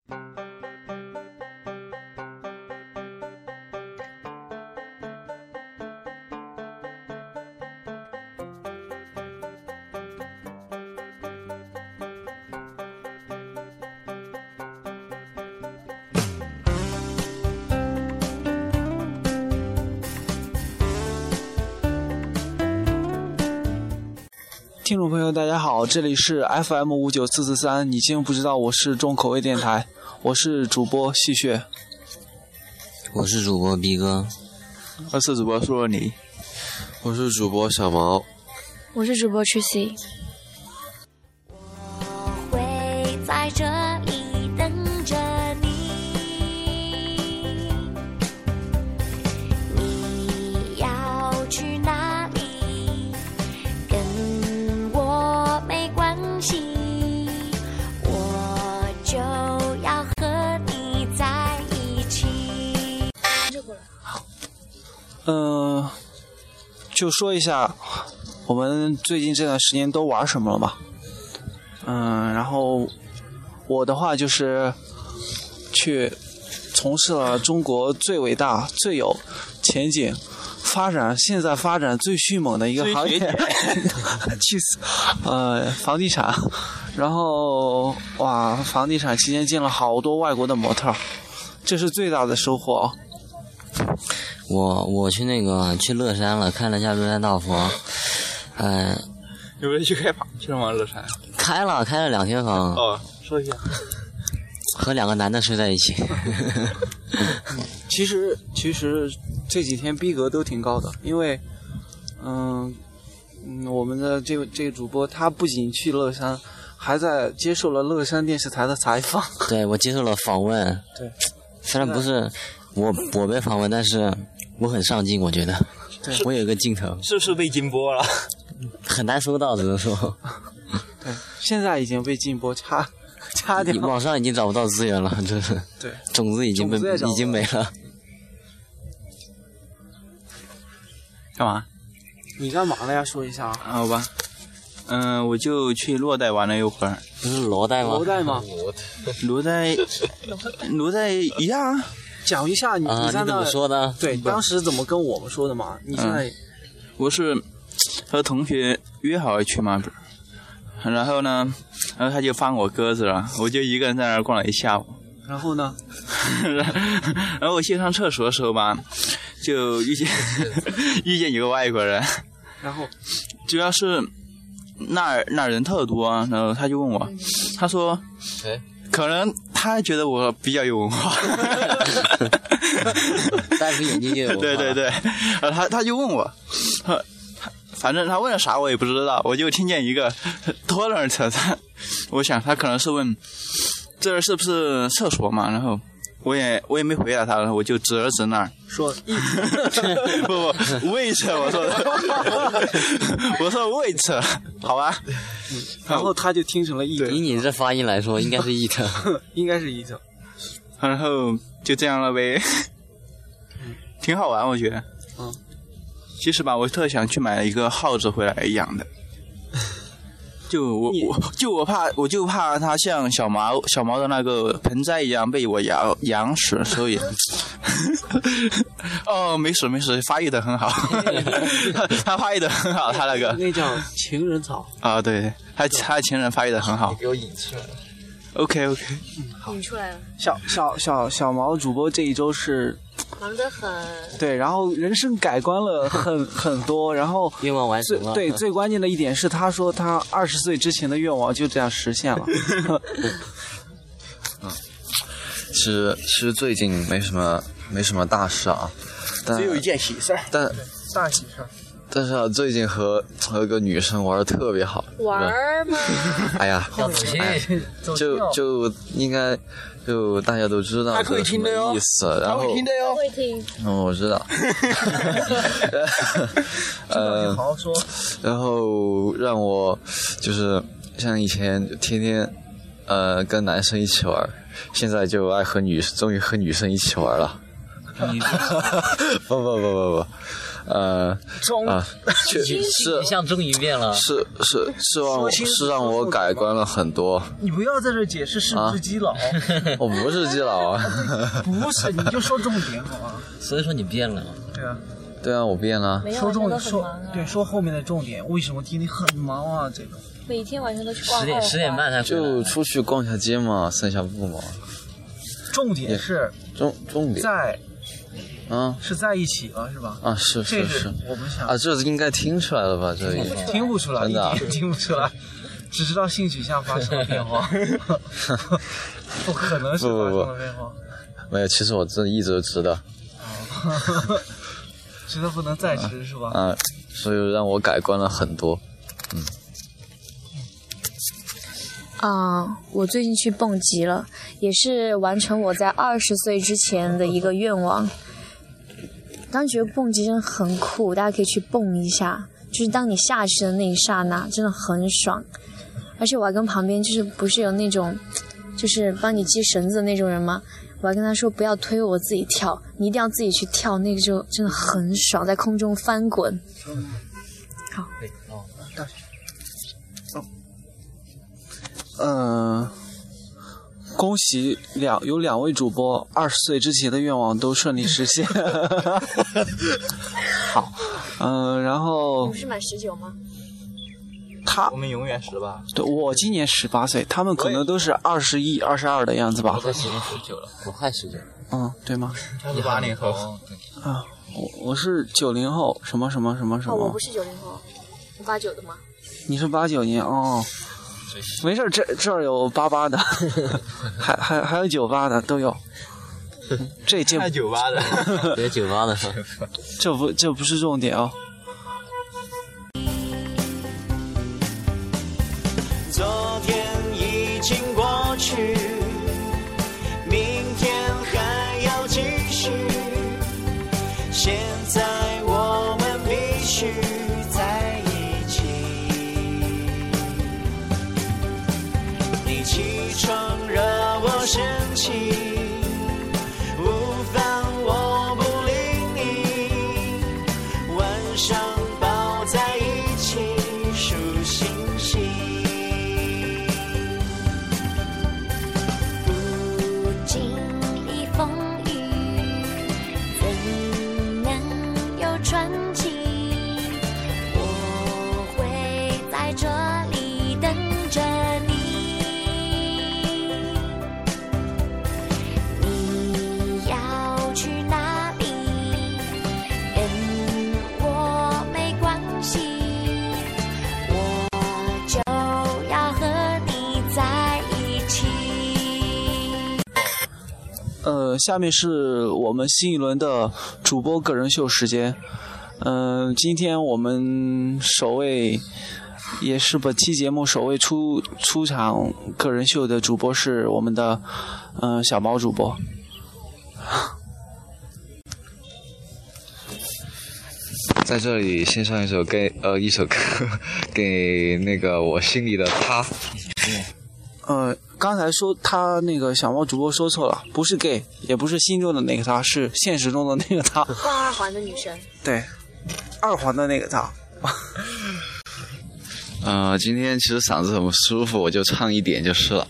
听众朋友大家好，这里是 FM59443，你竟不知道我是重口味电台，我是主播戏谑， 我是主播逼哥， 我是主播苏若妮， 我是主播小毛， 我是主播曲西。 我会在这里等着你，你要去哪里跟我没关系，我就要和你在一起。 就说一下我们最近这段时间都玩什么了吧。然后我的话就是去从事了中国最伟大、最有前景、现在发展最迅猛的一个行业，气死！房地产。然后哇，房地产期间见了好多外国的模特，这是最大的收获。 我去去乐山了，看了一下乐山大佛。 有没有去开房去了吗？乐山开了2天房。 哦，说一下。 和2个男的睡在一起。 其实这几天逼格都挺高的，因为我们的这个主播他不仅去乐山，还在接受了乐山电视台的采访。 对，我接受了访问。 对， 虽然不是我被访问，但是我很上镜，我觉得。对，我有一个镜头。 是不是被禁播了？ 很难收到，只能说。 对，现在已经被禁播掐掉， 网上已经找不到资源了，真是。 对， 种子已经没了。 干嘛？ 你干嘛了呀？说一下。 好吧。我就去洛带玩了一会儿。 不是罗带吗？ 罗带吗？ 罗带一样。 讲一下你在那你怎么说的？ 对，当时怎么跟我们说的嘛？你现在我是和同学约好去嘛，然后他就放我鸽子了，我就一个人在那儿逛了一下午。 然后呢？ 然后我去上厕所的时候吧，就遇见一个外国人， 然后主要是那儿人特多，然后他就问我，他说，可能他觉得我比较有文化， 戴副眼镜就有文化。 对，他就问我，反正他问了啥我也不知道，我就听见一个多人扯淡，我想他可能是问这儿是不是厕所嘛，然后我也没回答他，我就指了指那儿说不位置，我说位置，好吧。 然后他就听成了一以你这发音来说，应该是一特， 应该是一特。 然后就这样了呗，挺好玩，我觉得。其实吧，我特想去买一个耗子回来养的。我就怕它像小毛的那个盆栽一样被我养死，所以没事，发育的很好。他发育的很好，他那叫情人草啊，对，他情人发育的很好。 给我引出来了。 OK， 引出来了。 小毛主播这一周是忙得很。 对，然后人生改观了很多，然后愿望完成了。 对，最关键的一点是，他说他20岁之前的愿望就这样实现了。 其实最近没什么大事啊，但只有一件喜事儿。 大喜事儿。 但是最近和一个女生玩的特别好。 玩吗？ 哎呀，就应该就大家都知道这什么意思，然后会听。 我知道。 好好说。 然后让我就是像以前天天跟男生一起玩，现在就终于和女生一起玩了。不， 确是像终于变了， 是让我改观了很多。 你不要在这解释是不是基佬， 我不是基佬啊， 不是，你就说重点好吗？ 所以说你变了。 对啊，我变了。 每天说晚上都很说忙啊。 对，说后面的重点，为什么天天很忙啊？这种每天晚上都去逛二 10点半才回来就出去逛下街嘛，剩下不忙。 重点是重点在啊是在一起了是吧？ 啊是这是我们想啊，这应该听出来了吧？这里听不出来， 真的啊一点听不出来，只知道性取向发生了变化，不可能是发生了变化。 没有，其实我这一直知道。 知道不能再吃是吧？ 啊，所以让我改观了很多。 我最近去蹦极了，也是完成我在20岁之前的一个愿望。当时觉得蹦极真的很酷，大家可以去蹦一下。就是当你下去的那一刹那，真的很爽。而且我还跟旁边就是不是有那种，就是帮你系绳子的那种人吗？我还跟他说不要推我自己跳，你一定要自己去跳，那个就真的很爽，在空中翻滚。好。 恭喜有两位主播20岁之前的愿望都顺利实现。好，然后你不是满19吗？ 我们永远18。 对，我今年18岁，他们可能都是21、22的样子吧。 我快19了，我快19。 对吗？ 他是80后。 啊，我是90后，什么。 哦，我不是90后，我89的吗？ 你是89年哦。没事，这儿有88的，还有98的都有。这太98的， 别98的， 这不是重点哦。 昨天已经过去，明天还要继续。现在我们必须在一起。你起床惹我生气，午饭我不理你，晚上抱在一起数星星。 不经历风雨，怎能有传奇？我会在这里等着你。你要去哪里？跟我没关系，我就要和你在一起。 下面是我们新一轮的主播个人秀时间。今天我们也是本期节目首位出场个人秀的主播是我们的小毛主播。 在这里献上一首歌给那个我心里的他。 刚才说他那个小猫主播说错了，不是 gay， 也不是心中的那个他，是现实中的那个他。 逛2环的女生。 对，2环的那个他。 今天其实嗓子很不舒服，我就唱一点就是了。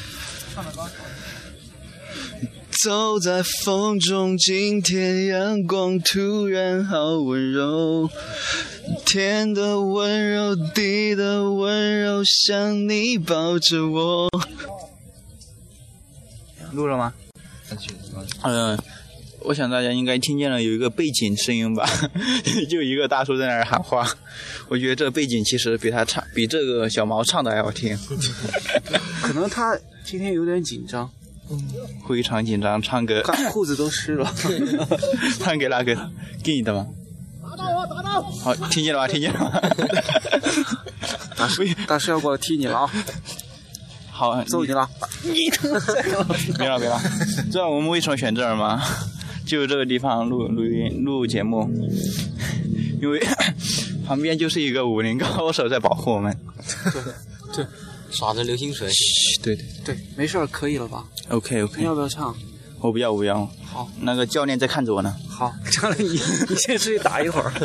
走在风中，今天阳光突然好温柔，天的温柔，地的温柔，像你抱着我。 录了吗？我想大家应该听见了有一个背景声音吧，就一个大叔在那儿喊话。我觉得这背景其实比这个小毛唱的还好听。 可能他今天有点紧张。 非常紧张，唱歌裤子都湿了。 唱给哪个？给你的吗？好，听见了吧？听见了吗？ 大师要过来踢你了啊！ 好， 揍你了！ 别了，知道我们为什么选这儿吗？就这个地方录节目，因为旁边就是一个武林高手在保护我们。 对，耍着流星锤。 对， 没事，可以了吧 ？OK。 你要不要唱？ 我不要。 好， 那个教练在看着我呢。 好，这样你先出去打一会儿。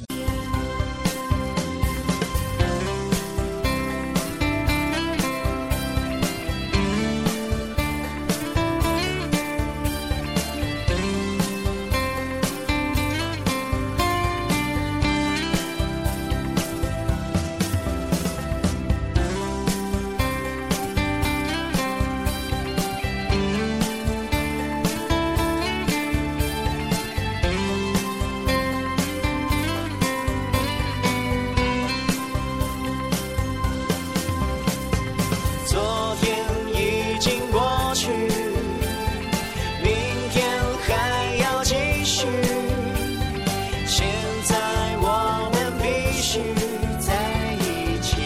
昨天已经过去，明天还要继续。现在我们必须在一起。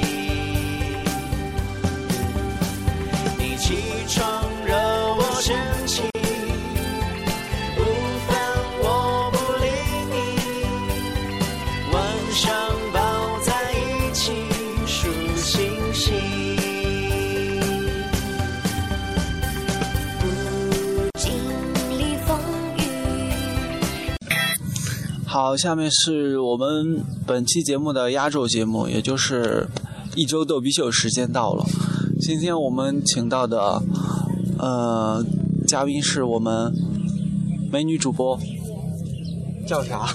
你起床惹我生气，午饭我不理你，晚上抱在一起数星星。 好，下面是我们本期节目的压轴节目，也就是一周逗比秀时间到了。今天我们请到的嘉宾是我们美女主播，叫啥？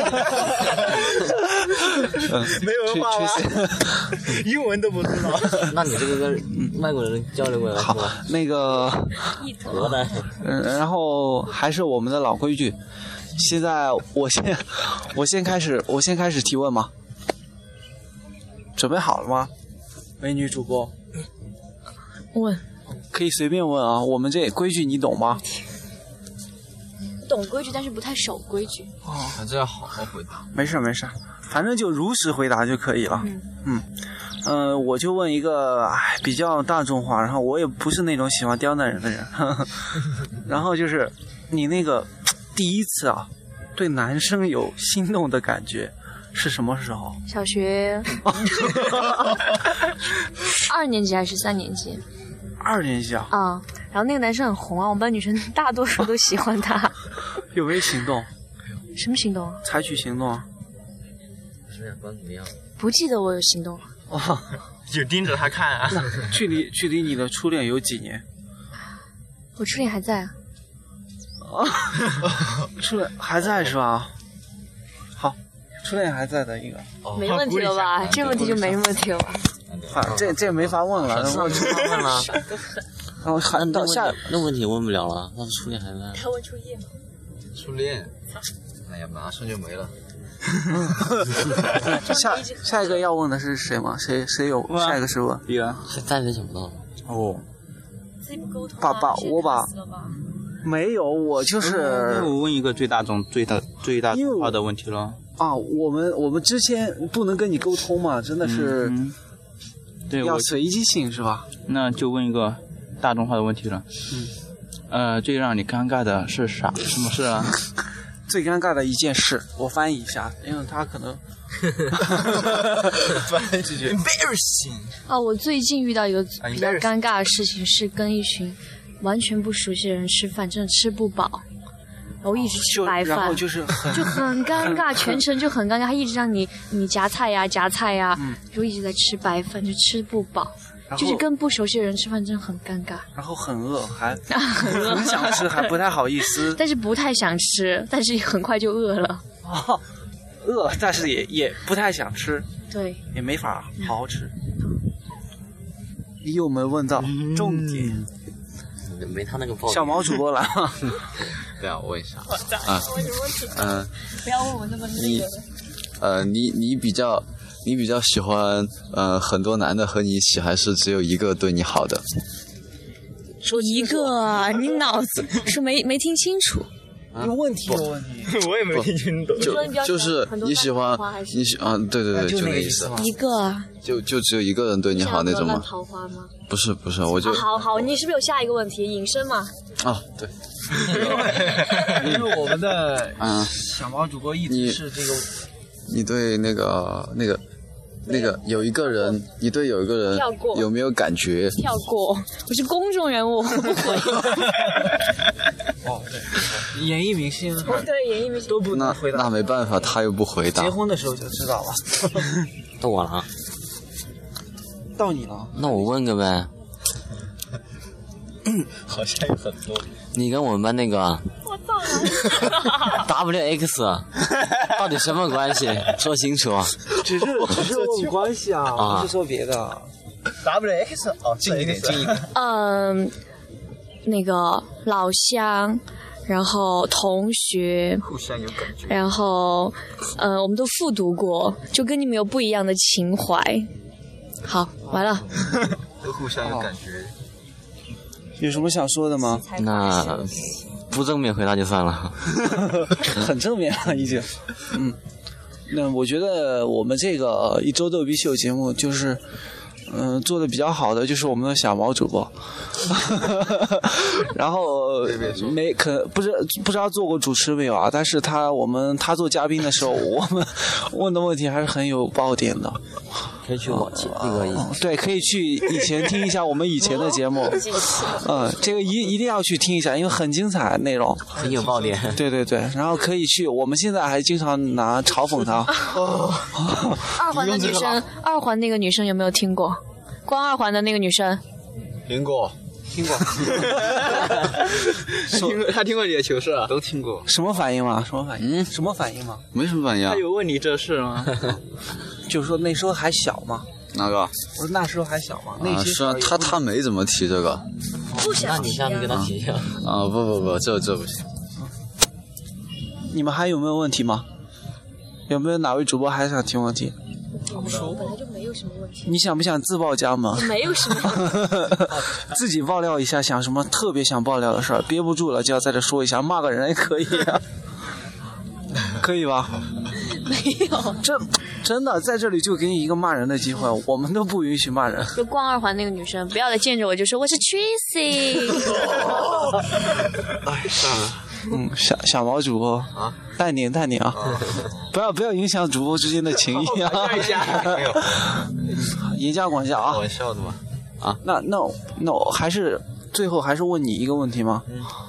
没有人画吗？英文都不知道。 那你这个跟外国人交流过来是好吧？， 那个， 河南。 然后还是我们的老规矩，现在我先开始提问吗？准备好了吗？美女主播， 问， 可以随便问啊，我们这规矩你懂吗？ 懂规矩，但是不太守规矩。 这要好好回答。 没事，反正就如实回答就可以了。我就问一个比较大众化，然后我也不是那种喜欢刁难人的人，然后就是你那个第一次啊，对男生有心动的感觉是什么时候？ 小学2年级还是3年级 2年级啊？ 啊？然后那个男生很红啊，我们班女生大多数都喜欢他。 有没有行动？ 什么行动啊？ 采取行动啊？ 是眼光怎么样？ 不记得我有行动了。 哦， 就盯着他看啊。 距离你的初恋有几年？ 我初恋还在啊。 初恋还在是吧？好，初恋还在的一个。 没问题了吧？这问题就没问题了吧？ 这没法问了，然后问了。 然后还到下那问题问不了了，那初恋还在。 他问初夜吗？ 初恋，哎呀，马上就没了。 下一个要问的是谁吗？谁有下一个是问？ 对啊。 暂时想不到。 哦。 自己不沟通我把没有，我就是我问一个最大众化的问题了啊，我们之前不能跟你沟通嘛，真的是， 对， 要随机性是吧？ 那就问一个大众化的问题了。最让你尴尬的是啥？什么事啊？ 最尴尬的一件事，我翻译一下，因为他可能翻译这句 embarrassing。 我最近遇到一个比较尴尬的事情，是跟一群完全不熟悉的人吃饭，真的吃不饱，然后一直吃白饭， 然后就很尴尬，全程就很尴尬，他一直让你夹菜呀，就一直在吃白饭，就吃不饱。就是跟不熟悉的人吃饭真的很尴尬， 然后很饿，还很想吃，还不太好意思， 但是不太想吃，但是很快就饿了。 饿，但是也不太想吃， 对， 也没法好好吃。你有没有问到重点？ 没他那个爆。 小毛主播来了。 对啊，我问一下。 不要问我那么那个。 你比较喜欢很多男的和你一起，还是只有一个对你好的？ 说一个，你脑子是没听清楚。 有问题， 我也没听清楚。 就是你喜欢对，就那个意思。 一个。 就只有一个人对你好那种吗？ 桃花吗？ 不是，我就。 好，你是不是有下一个问题？隐身嘛。 对。 因为我们的小毛主播一直是这个。 你对那个那个有一个人，你对有一个人跳过有没有感觉？ 跳过，我是公众人物，我不回。 哦，对，演艺明星对，演艺明星都不能那回答。 那没办法，他又不回答结。婚的时候就知道了。 到我了啊， 到你了。 那我问个呗， 好像有很多。 你跟我们班那个我操 WX 到底什么关系？说清楚。 只是问关系啊，不是说别的。 WX 哦，近一点，近一点。 那个老乡，然后同学， 互相有感觉。 然后我们都复读过，就跟你们有不一样的情怀。好，完了。 都互相有感觉。 有什么想说的吗？ 那不正面回答就算了。 很正面了，已经。那我觉得我们这个一周逗逼秀节目就是，做的比较好的就是我们的小毛主播，然后不知道做过主持没有啊？但是他做嘉宾的时候，我们问的问题还是很有爆点的。 可以去往前那个对，可以去以前听一下我们以前的节目。这个一定要去听一下，因为很精彩内容， 很有爆点。 对对对，然后可以去，我们现在还经常拿嘲讽他。 二环的女生，二环那个女生有没有听过？光二环的那个女生， 听过。他听过你的糗事啊？都听过。 什么反应嘛？什么反应？什么反应嘛？ 没什么反应啊他。有问你这事吗？ 就是说那时候还小嘛。 哪个？ 我说那时候还小嘛。那啊， 些是啊，他没怎么提这个。 不想那你下次跟他提一下。 啊，不，这不行。 你们还有没有问题吗？有没有哪位主播还想提问题？ 本来就没有什么问题， 你想不想自报家门？ 没有什么。 自己爆料一下，想什么特别想爆料的事儿，憋不住了就要在这说一下，骂个人也可以啊，可以吧？ 没有， 真的在这里就给你一个骂人的机会，我们都不允许骂人。 就光二环那个女生，不要来见着我就说我是 Tracy。 哎，算了。 小毛主播啊，淡定啊，不要影响主播之间的情谊啊。 没有， 严加管教啊。 开玩笑的嘛。 啊，那我还是最后还是问你一个问题吗？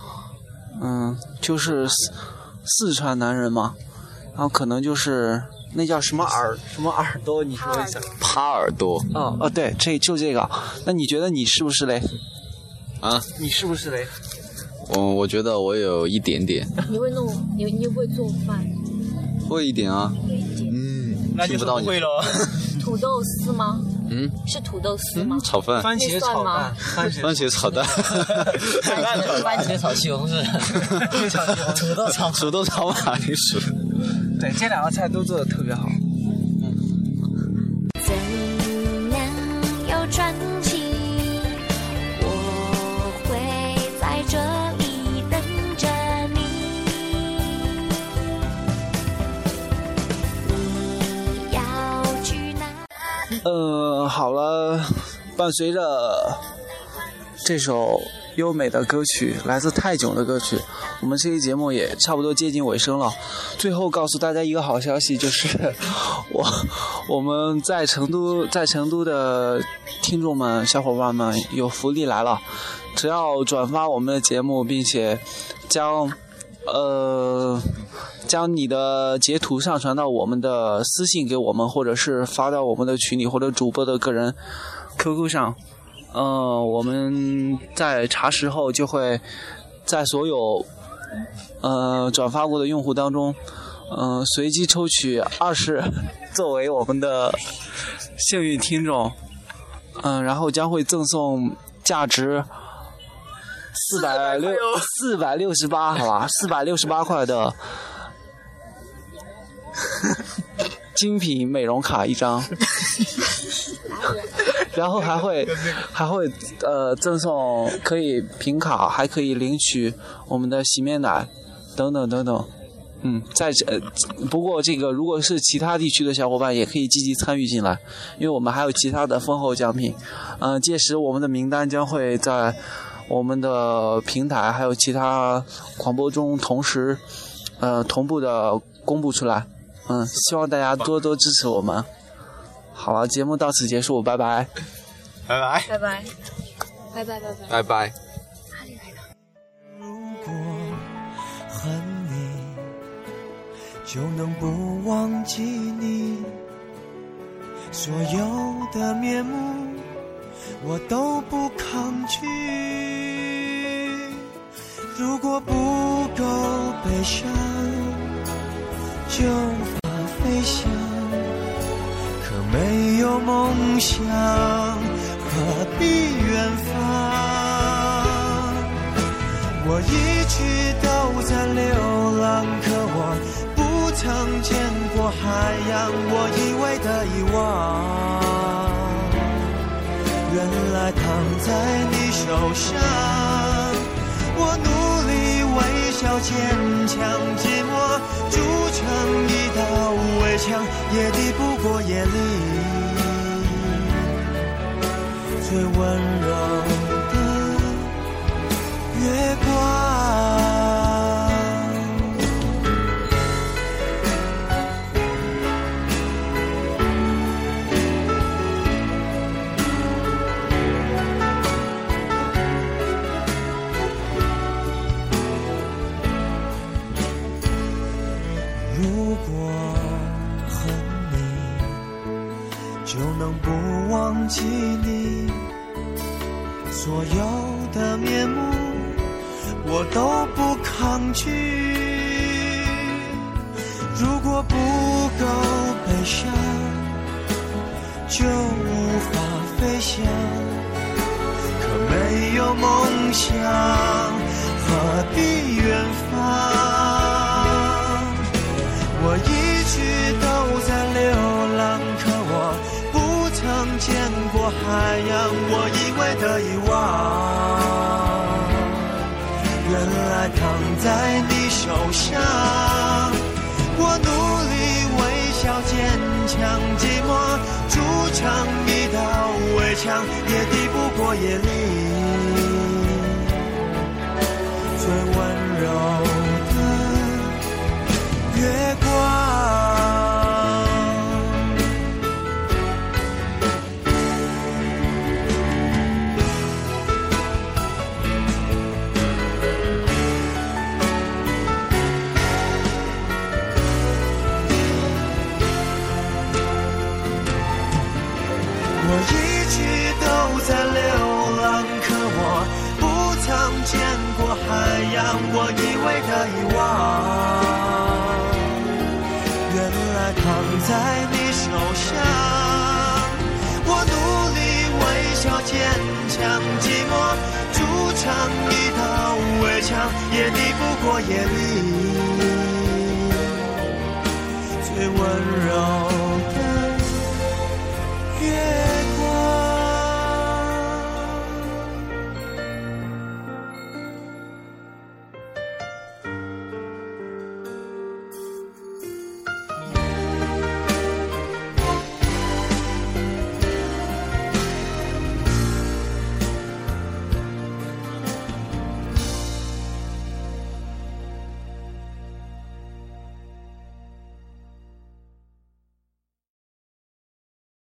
就是四川男人嘛，然后可能就是那叫什么耳朵，你说一下。 耙耳朵。 对，这个。那你觉得你是不是嘞？ 啊？ 你是不是嘞？ 我觉得我有一点点。 你会弄，你会做饭？ 会一点啊。 那就是不会了。 土豆丝吗？是土豆丝吗？ 炒饭。 番茄炒蛋。 番茄炒蛋。 番茄炒西红柿。 土豆炒马铃薯。 对，这两个菜都做的特别好。 怎样有传奇？我会在这里等着你。你要去哪？ 好了，伴随着这首优美的歌曲，来自泰囧的歌曲，我们这期节目也差不多接近尾声了。最后告诉大家一个好消息，就是我们在成都的听众们、小伙伴们有福利来了，只要转发我们的节目，并且将你的截图上传到我们的私信给我们，或者是发到我们的群里，或者主播的个人 QQ 上。我们在查实后就会在所有转发过的用户当中，随机抽取20作为我们的幸运听众，然后将会赠送价值468，好吧，468块的精品美容卡一张。然后还会赠送可以凭卡，还可以领取我们的洗面奶等等。不过这个如果是其他地区的小伙伴也可以积极参与进来，因为我们还有其他的丰厚奖品。届时我们的名单将会在我们的平台还有其他广播中同时同步的公布出来。希望大家多多支持我们。 好了，节目到此结束，拜拜。 拜拜。 拜拜，拜拜，拜拜。 拜拜。 哪里来的？ 如果恨你，就能不忘记你，所有的面目我都不抗拒。如果不够悲伤，就无法飞翔。可没有梦想，何必远方？我一直都在流浪，可我不曾见过海洋。我以为的遗忘，原来躺在你手上。我努力微笑坚强，寂寞筑成一道围墙，也抵不过夜里最温柔的月光。如果恨你，就能不忘记你，所有的面目我都不抗拒。如果不够悲伤，就无法飞翔。可没有梦想，何必远方？我一直都在流浪，可我不曾见过海洋。我以为的遗忘，原来躺在你手上。我努力微笑坚强，寂寞筑成一道围墙，也抵不过夜里最温柔的月光。我一直都在流浪，可我不曾见过海洋。我以为的遗忘，原来躺在你手上。我努力微笑坚强，寂寞筑成一道围墙，也抵不过夜里最温柔